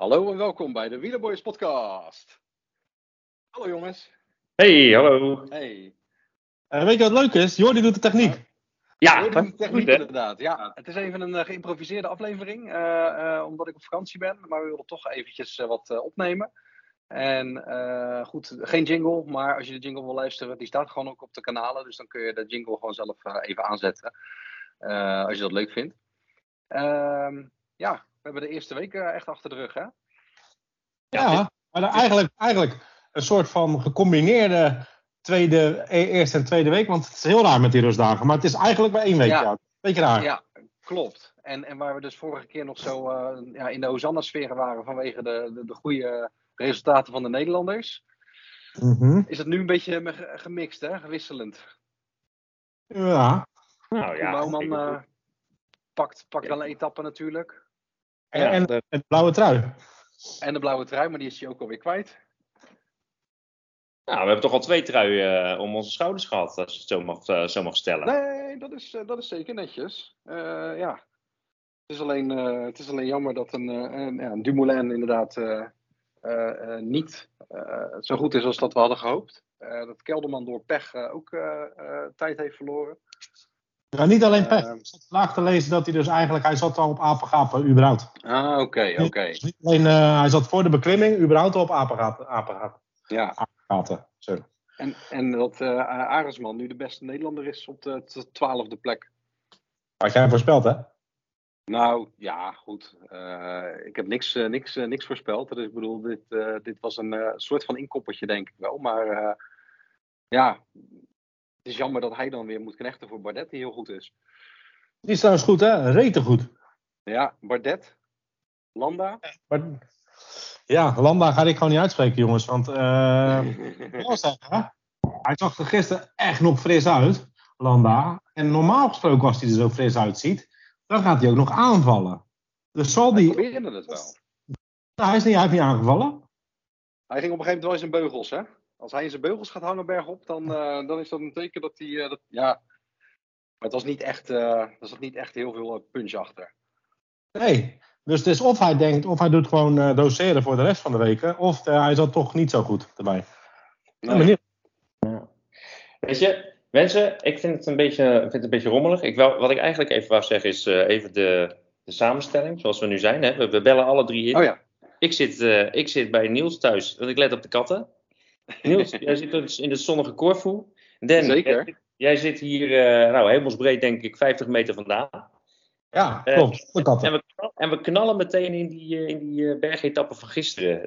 Hallo en welkom bij de Wielerboys podcast. Hallo jongens. Hey, hallo. Hey. Weet je wat leuk is? Jordi doet de techniek. Ja, Hoor je dat de is techniek goed, hè? inderdaad. Ja, het is even een geïmproviseerde aflevering, omdat ik op vakantie ben. Maar we willen toch eventjes wat opnemen. En goed, geen jingle, maar als je de jingle wil luisteren, die staat gewoon ook op de kanalen. Dus dan kun je de jingle gewoon zelf even aanzetten, als je dat leuk vindt. Ja, we hebben de eerste week echt achter de rug, hè? Ja, maar eigenlijk een soort van gecombineerde eerste en tweede week. Want het is heel raar met die rustdagen. Maar het is eigenlijk maar 1 week. Ja. Beetje raar. Ja, klopt. En waar we dus vorige keer nog zo in de Hosanna-sferen waren vanwege de goede resultaten van de Nederlanders, is het nu een beetje gemixt, hè? Gewisselend. Ja. Nou De ja. Bouwman pakt wel een etappe natuurlijk. En de blauwe trui. En de blauwe trui, maar die is hij ook alweer kwijt. Nou, we hebben toch al 2 truien om onze schouders gehad, als je het zo mag stellen. Nee, dat is zeker netjes. Ja. Het is alleen jammer dat een Dumoulin inderdaad niet zo goed is als dat we hadden gehoopt. Dat Kelderman door pech ook tijd heeft verloren. Ja, niet alleen pech. Ik zat vandaag te lezen dat hij dus eigenlijk... Hij zat al op apengapen, überhaupt. Ah, oké. Dus niet alleen, hij zat voor de beklimming, überhaupt al op apengapen. Ja. Apengaten, sorry. En dat Arendsman nu de beste Nederlander is op de 12e plek. Had jij hem voorspeld, hè? Nou, ja, goed. Ik heb niks voorspeld. Dus ik bedoel, dit was een soort van inkoppertje, denk ik wel. Maar ja, het is jammer dat hij dan weer moet knechten voor Bardet, die heel goed is. Die is trouwens goed, hè? Rete goed. Ja, Bardet, Landa. Ja, Landa ga ik gewoon niet uitspreken, jongens. Want hij zag er gisteren echt nog fris uit, Landa. En normaal gesproken, als hij er zo fris uitziet, dan gaat hij ook nog aanvallen. Dus zal Hij die... probeerde het wel. Nou, hij heeft niet aangevallen. Hij ging op een gegeven moment wel in zijn beugels, hè? Als hij in zijn beugels gaat hangen bergop, dan is dat een teken dat hij... ja, maar het was niet echt, er zat niet echt heel veel punch achter. Nee, dus het is of hij denkt, of hij doet gewoon doseren voor de rest van de weken, of hij zat toch niet zo goed erbij. Nee. Ja. Weet je, mensen, ik vind het een beetje rommelig. Wat ik eigenlijk even wou zeggen is even de samenstelling, zoals we nu zijn. Hè? We bellen alle 3 in. Oh ja. Ik zit bij Niels thuis, want ik let op de katten. Niels, jij zit dus in de zonnige Corfu. Dan, Zeker. Jij zit hier, hemelsbreed denk ik 50 meter vandaan. Ja, klopt. De katten. En we knallen meteen in die bergetappe van gisteren.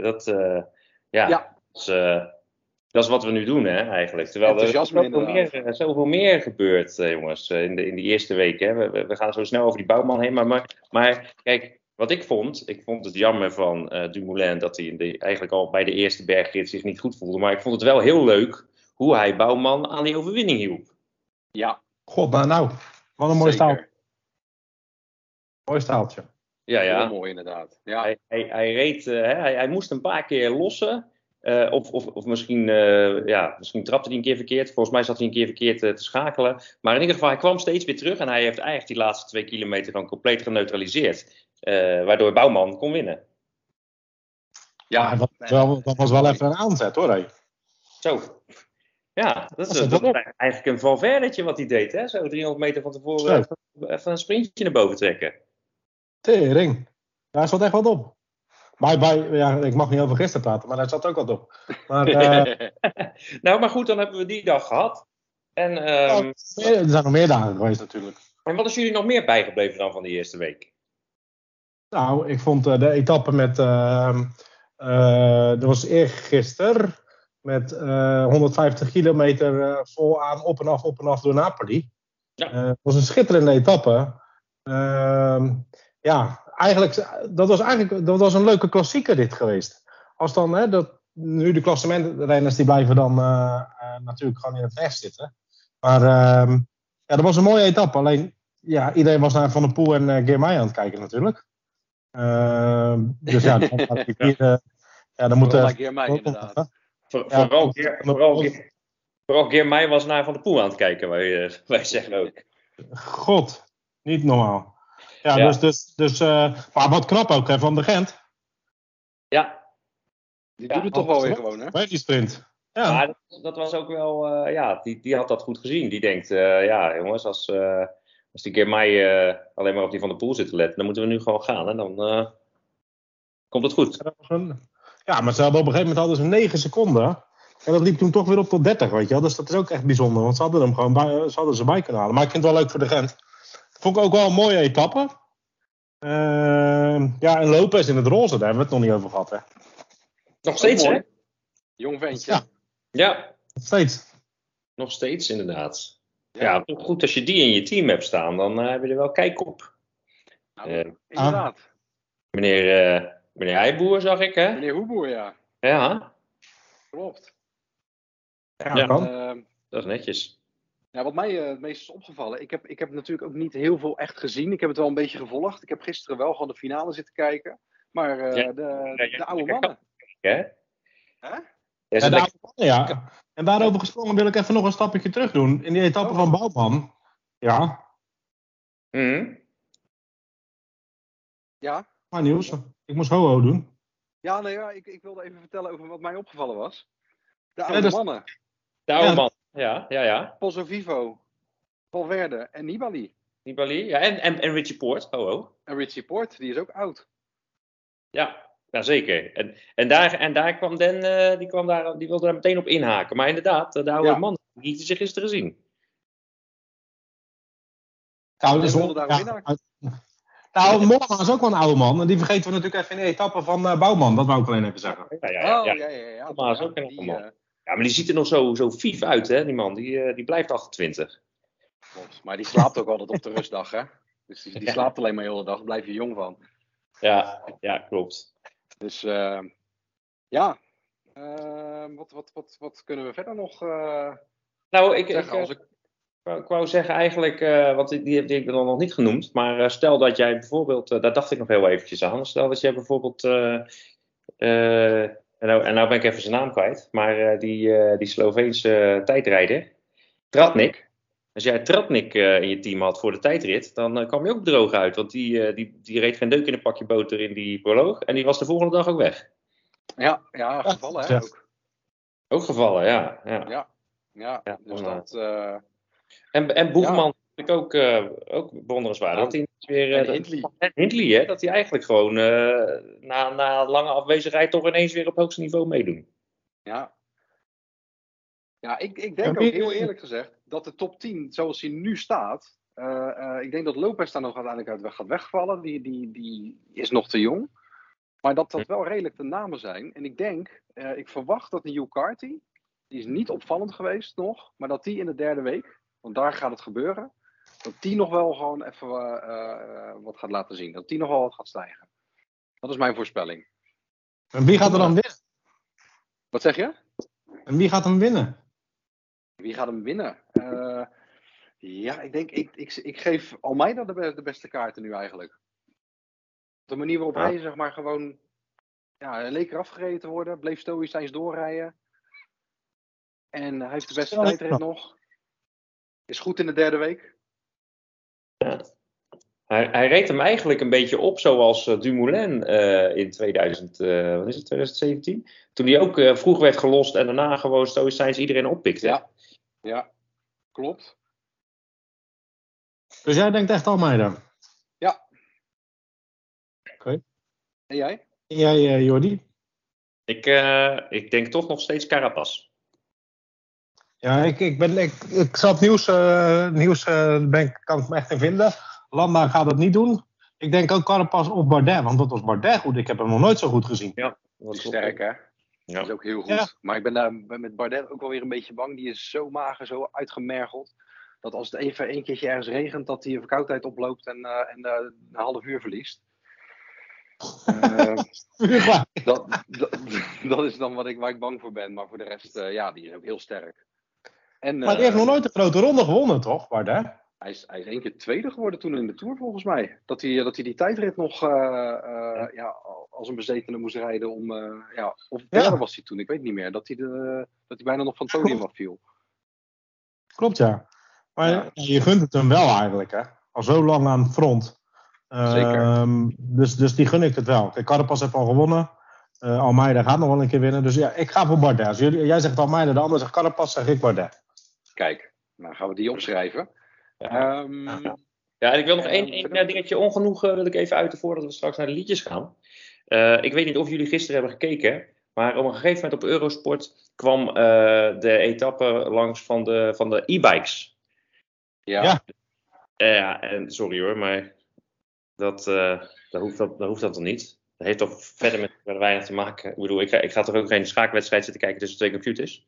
Dat is wat we nu doen, hè, eigenlijk. Terwijl er zoveel meer gebeurt, jongens, in die eerste week. Hè. We gaan zo snel over die Bouwman heen. Maar kijk, wat ik vond het jammer van Dumoulin dat hij eigenlijk al bij de eerste bergrit zich niet goed voelde. Maar ik vond het wel heel leuk hoe hij Bouwman aan die overwinning hielp. Ja. God, nou. Wat een mooi staal. Mooi staaltje. Ja. Heel mooi inderdaad. Ja. Hij reed, hij moest een paar keer lossen. Of misschien trapte hij een keer verkeerd. Volgens mij zat hij een keer verkeerd te schakelen. Maar in ieder geval, hij kwam steeds weer terug. En hij heeft eigenlijk die laatste 2 kilometer dan compleet geneutraliseerd. Waardoor Bouwman kon winnen. Ja, dat was wel even een aanzet, hoor. Hey. Zo. Ja, dat is eigenlijk een Valverdetje wat hij deed. Hè? Zo 300 meter van tevoren even een sprintje naar boven trekken. Tering. Daar zat echt wat op. Ik mag niet over gisteren praten, maar daar zat ook wat op. Maar, nou, maar goed, dan hebben we die dag gehad. En, er zijn nog meer dagen geweest natuurlijk. En wat is jullie nog meer bijgebleven dan van die eerste week? Nou, ik vond de etappe met... dat was eergisteren met 150 kilometer volaan op en af door Napoli. Ja. Het was een schitterende etappe. Eigenlijk, dat was een leuke klassieker dit geweest. Als dan, nu de klassementrenners die blijven dan natuurlijk gewoon in het recht zitten. Maar dat was een mooie etappe. Alleen, ja, iedereen was naar Van der Poel en Girmay aan het kijken natuurlijk. Dus ja, dan moet Girmay inderdaad. Vooral Girmay was naar Van der Poel aan het kijken, wij zeggen ook. God, niet normaal. Ja. Dus maar wat knap ook, hè, van de Gent. Ja. Die doet het toch wel weer gewoon, hè? Bij die sprint. Ja. Maar dat was ook wel, die had dat goed gezien. Die denkt, ja jongens, als die Girmay alleen maar op die Van der Poel zit te letten, dan moeten we nu gewoon gaan. En dan komt het goed. Ja, maar ze hadden op een gegeven moment hadden ze 9 seconden. En dat liep toen toch weer op tot 30, weet je wel. Dus dat is ook echt bijzonder, want ze hadden hem gewoon bij kunnen halen. Maar ik vind het wel leuk voor de Gent. Dat vond ik ook wel een mooie etappe. Ja, en Lopez in het roze, daar hebben we het nog niet over gehad, hè. Nog steeds, hè? Jong ventje. Ja. Nog steeds. Nog steeds, inderdaad. Ja, goed als je die in je team hebt staan, dan heb je er wel kijk op. Nou, inderdaad. Meneer Heijboer zag ik, hè? Meneer Hoeboer, ja. Ja. Klopt. Ja. Dat is netjes. Ja, wat mij het meest is opgevallen, ik heb natuurlijk ook niet heel veel echt gezien. Ik heb het wel een beetje gevolgd. Ik heb gisteren wel gewoon de finale zitten kijken. Maar de oude mannen. Hè? Huh? Ja, de oude mannen, ja. En daarover gesproken wil ik even nog een stapje terug doen. In die etappe van Bouwman. Ja. Ja. Maar Niels, ik moest ho-ho doen. Ja, nee, ja, ik wilde even vertellen over wat mij opgevallen was. De oude mannen. De oude man. Ja. Pozzo Vivo, Valverde en Nibali. Ja, en Richie Porte. En Richie Porte, die is ook oud. Ja, zeker. En daar kwam die wilde daar meteen op inhaken. Maar inderdaad, de oude man liet zich gisteren zien. Nou, Mollema is ook wel een oude man. En die vergeten we natuurlijk even in de etappe van Bouwman. Dat wou ik alleen even zeggen. Ja. Mollema is ook een oude man. Ja, maar die ziet er nog zo vief uit, hè, die man. Die blijft 28. Klopt. Maar die slaapt ook altijd op de rustdag, hè. Dus die slaapt alleen maar de hele dag. Daar blijf je jong van. Ja, klopt. Dus wat kunnen we verder nog zeggen? Ik wou zeggen eigenlijk, want die heb ik dan nog niet genoemd. Maar stel dat jij bijvoorbeeld, daar dacht ik nog heel eventjes aan. Stel dat jij bijvoorbeeld, en nou ben ik even zijn naam kwijt. Maar die Sloveense tijdrijder, Tratnik. Als jij Tratnik in je team had voor de tijdrit, dan kwam je ook droog uit. Want die reed geen deuk in een pakje boter in die proloog. En die was de volgende dag ook weg. Ja, gevallen hè ook. Ook gevallen, ja. Ja, dus dat... En Boegman vind ik ook bewonderenswaardig. Dat hij weer... Hindley, hè, dat hij eigenlijk gewoon na lange afwezigheid toch ineens weer op hoogste niveau meedoen. Ja, ik denk ook heel eerlijk gezegd dat de top 10 zoals hij nu staat, ik denk dat Lopez daar nog uiteindelijk uit gaat wegvallen. Die is nog te jong. Maar dat wel redelijk de namen zijn. En ik verwacht dat Hugh Carty, die is niet opvallend geweest nog, maar dat die in de derde week, want daar gaat het gebeuren, dat die nog wel gewoon even wat gaat laten zien. Dat die nog wel wat gaat stijgen. Dat is mijn voorspelling. En wie gaat er dan winnen? Wat zeg je? En wie gaat hem winnen? Wie gaat hem winnen? Ik denk, ik geef Almeida de beste kaarten nu eigenlijk. De manier waarop hij zeg maar gewoon lekker afgereden te worden, bleef stoïcijns doorrijden. En hij heeft de beste tijdrit nog. Is goed in de derde week. Ja. Hij reed hem eigenlijk een beetje op zoals Dumoulin in 2017. Toen hij ook vroeg werd gelost en daarna gewoon stoïcijns iedereen oppikte. Ja, klopt. Dus jij denkt echt Almeida? Ja. Oké. En jij? En jij, Jordi? Ik denk toch nog steeds Carapaz. Ja, ik zat nieuws kan ik me echt in vinden. Landa gaat het niet doen. Ik denk ook Carapaz of Bardet, want dat was Bardet goed. Ik heb hem nog nooit zo goed gezien. Ja, dat is sterk hè. Ja. Dat is ook heel goed. Ja. Maar ik ben daar met Bardet ook wel weer een beetje bang. Die is zo mager, zo uitgemergeld. Dat als het even een keertje ergens regent, dat hij een verkoudheid oploopt en een half uur verliest. Dat is dan waar ik bang voor ben. Maar voor de rest, die is ook heel sterk. Maar die heeft nog nooit een grote ronde gewonnen, toch, Bardet? Hij is 1 keer tweede geworden toen in de Tour, volgens mij. Dat hij die tijdrit nog als een bezetene moest rijden om... of derde was hij toen, ik weet niet meer. Dat hij bijna nog van het podium afviel. Klopt, ja. Maar je gunt het hem wel eigenlijk, hè. Al zo lang aan het front. Zeker. Dus die gun ik het wel. Kijk, Carapaz heeft al gewonnen. Almeida gaat nog wel een keer winnen. Dus ja, ik ga voor Bardet. Als jij zegt Almeida, de ander zegt Carapaz, zeg ik Bardet. Kijk, nou gaan we die opschrijven. Ja, en ik wil nog één dingetje ongenoegen wil ik even uiten voordat we straks naar de liedjes gaan. Ik weet niet of jullie gisteren hebben gekeken, maar op een gegeven moment op Eurosport kwam de etappe langs van de e-bikes. Ja. Ja, en sorry hoor, maar dat hoeft dat toch niet? Dat heeft toch verder met weinig te maken. Ik bedoel, ik ga toch ook geen schaakwedstrijd zitten kijken tussen twee computers?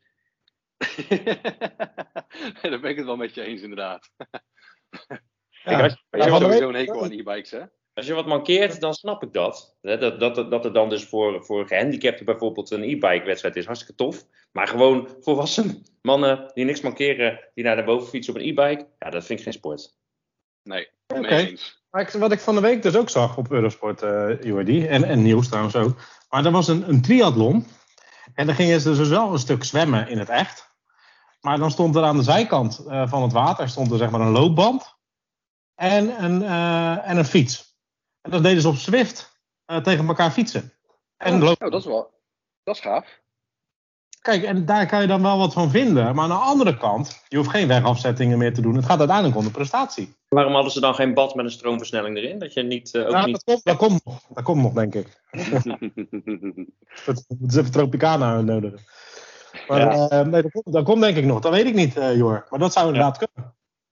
Daar ben ik het wel met je eens, inderdaad. Ja. Kijk, je hebt sowieso een hekel aan e-bikes, hè? Als je wat mankeert, dan snap ik dat. Dat er dan dus voor gehandicapten bijvoorbeeld een e-bike-wedstrijd is. Hartstikke tof. Maar gewoon volwassen mannen die niks mankeren, die naar de boven fietsen op een e-bike. Ja, dat vind ik geen sport. Nee, eens. Wat ik van de week dus ook zag op Eurosport, Jordi, en nieuws trouwens ook. Maar er was een triathlon. En dan gingen ze dus wel een stuk zwemmen in het echt. Maar dan stond er aan de zijkant van het water stond er zeg maar een loopband. En een fiets. En dat deden ze op Zwift tegen elkaar fietsen. Dat is gaaf. Kijk, en daar kan je dan wel wat van vinden. Maar aan de andere kant, je hoeft geen wegafzettingen meer te doen. Het gaat uiteindelijk om de prestatie. Waarom hadden ze dan geen bad met een stroomversnelling erin? Dat je niet... Dat komt nog, denk ik. Dat moeten ze even Tropicana uitnodigen. Maar nee, dat komt denk ik nog. Dat weet ik niet, Jor. Maar dat zou inderdaad kunnen.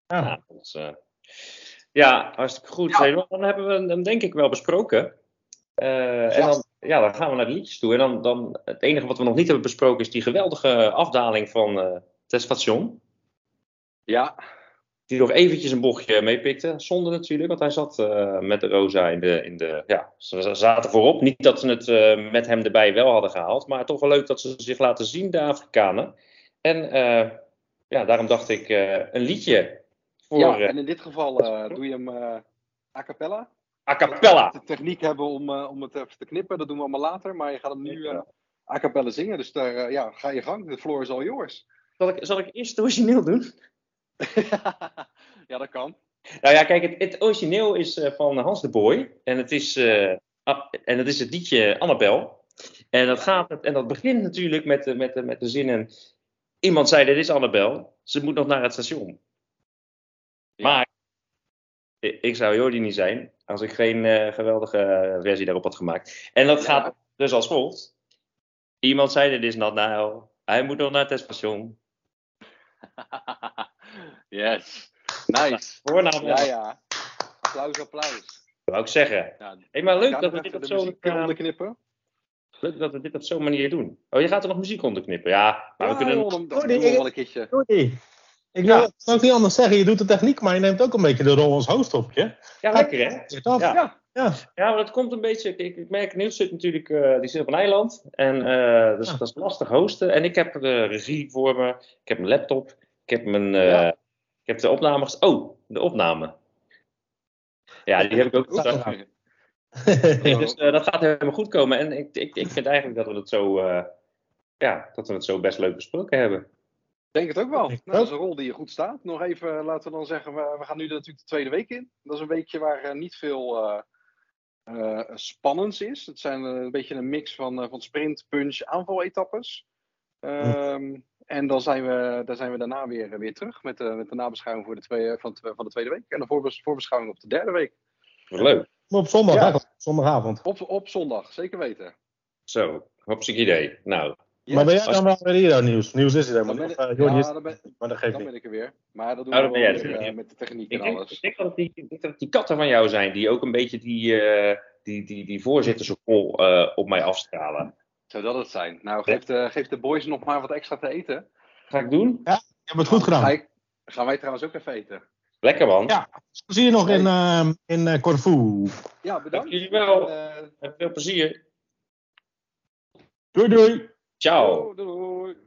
Ja, hartstikke goed. Ja. Dan hebben we hem denk ik wel besproken. En dan gaan we naar de liedjes toe. En dan het enige wat we nog niet hebben besproken is die geweldige afdaling van Testation. Ja. Die nog eventjes een bochtje meepikte. Zonde natuurlijk, want hij zat met de Rosa in de... Ja, ze zaten voorop. Niet dat ze het met hem erbij wel hadden gehaald. Maar toch wel leuk dat ze zich laten zien, de Afrikanen. En daarom dacht ik een liedje. En in dit geval doe je hem a cappella. A cappella. De techniek hebben om het even te knippen, dat doen we allemaal later. Maar je gaat hem nu a cappella zingen, dus daar ga je gang. De floor is all yours. Zal ik eerst het origineel doen? Ja, dat kan. Nou ja, kijk, het origineel is van Hans de Boy. En het is het liedje Annabel. En dat begint natuurlijk met de zinnen... Iemand zei, dit is Annabel. Ze moet nog naar het station. Ja. Maar ik zou Jordi niet zijn als ik geen geweldige versie daarop had gemaakt. En dat gaat dus als volgt. Iemand zei, dit is not now. Hij moet nog naar het station. Yes. Nice. Voornaam. Ja. Applaus. Dat wou ik zeggen. Ja, maar leuk dat we dit op zo'n... onderknippen. Leuk dat we dit op zo'n manier doen. Oh, je gaat er nog muziek onderknippen? Ja, maar we kunnen... Dat doen we wel een keertje. Ik wil het ook niet anders zeggen. Je doet de techniek, maar je neemt ook een beetje de rol als host op je. Ja, lekker hè? Ja, maar dat komt een beetje... Ik merk, Niels zit natuurlijk... die zit op een eiland. En dat is lastig hosten. En ik heb de regie voor me. Ik heb mijn laptop. Ik heb ik heb de opname... de opname. Ja, die heb ik ook straks. Dus dat gaat helemaal goed komen. En ik vind eigenlijk dat we het zo best leuk besproken hebben. Ik denk het ook wel. Dat is een rol die je goed staat. Nog even, laten we dan zeggen, we gaan nu natuurlijk de tweede week in. Dat is een weekje waar niet veel spannends is. Het zijn een beetje een mix van sprint, punch, aanvaletappes. En dan zijn we daarna weer terug met de nabeschouwing van de tweede week. En de voorbeschouwing op de derde week. Wat leuk. Op zondag, zondagavond. Op zondag, zeker weten. Zo, hartstikke idee. Nou. Yes. Maar ben jij dan wel weer hier, Nieuws? Nieuws is er helemaal niet. Dan ben ik er weer. Maar dat doen we weer met de techniek en alles. Ik denk dat die katten van jou zijn, die ook een beetje die voorzittersrol op mij afstralen. Zou dat het zijn? Nou, geef de boys nog maar wat extra te eten. Ga ik doen? Ja, je hebt het goed gedaan. Gaan wij trouwens ook even eten. Lekker man. Ja, zie je nog in Corfu. Ja, bedankt. Jullie wel. Veel plezier. Doei. Ciao. Doei.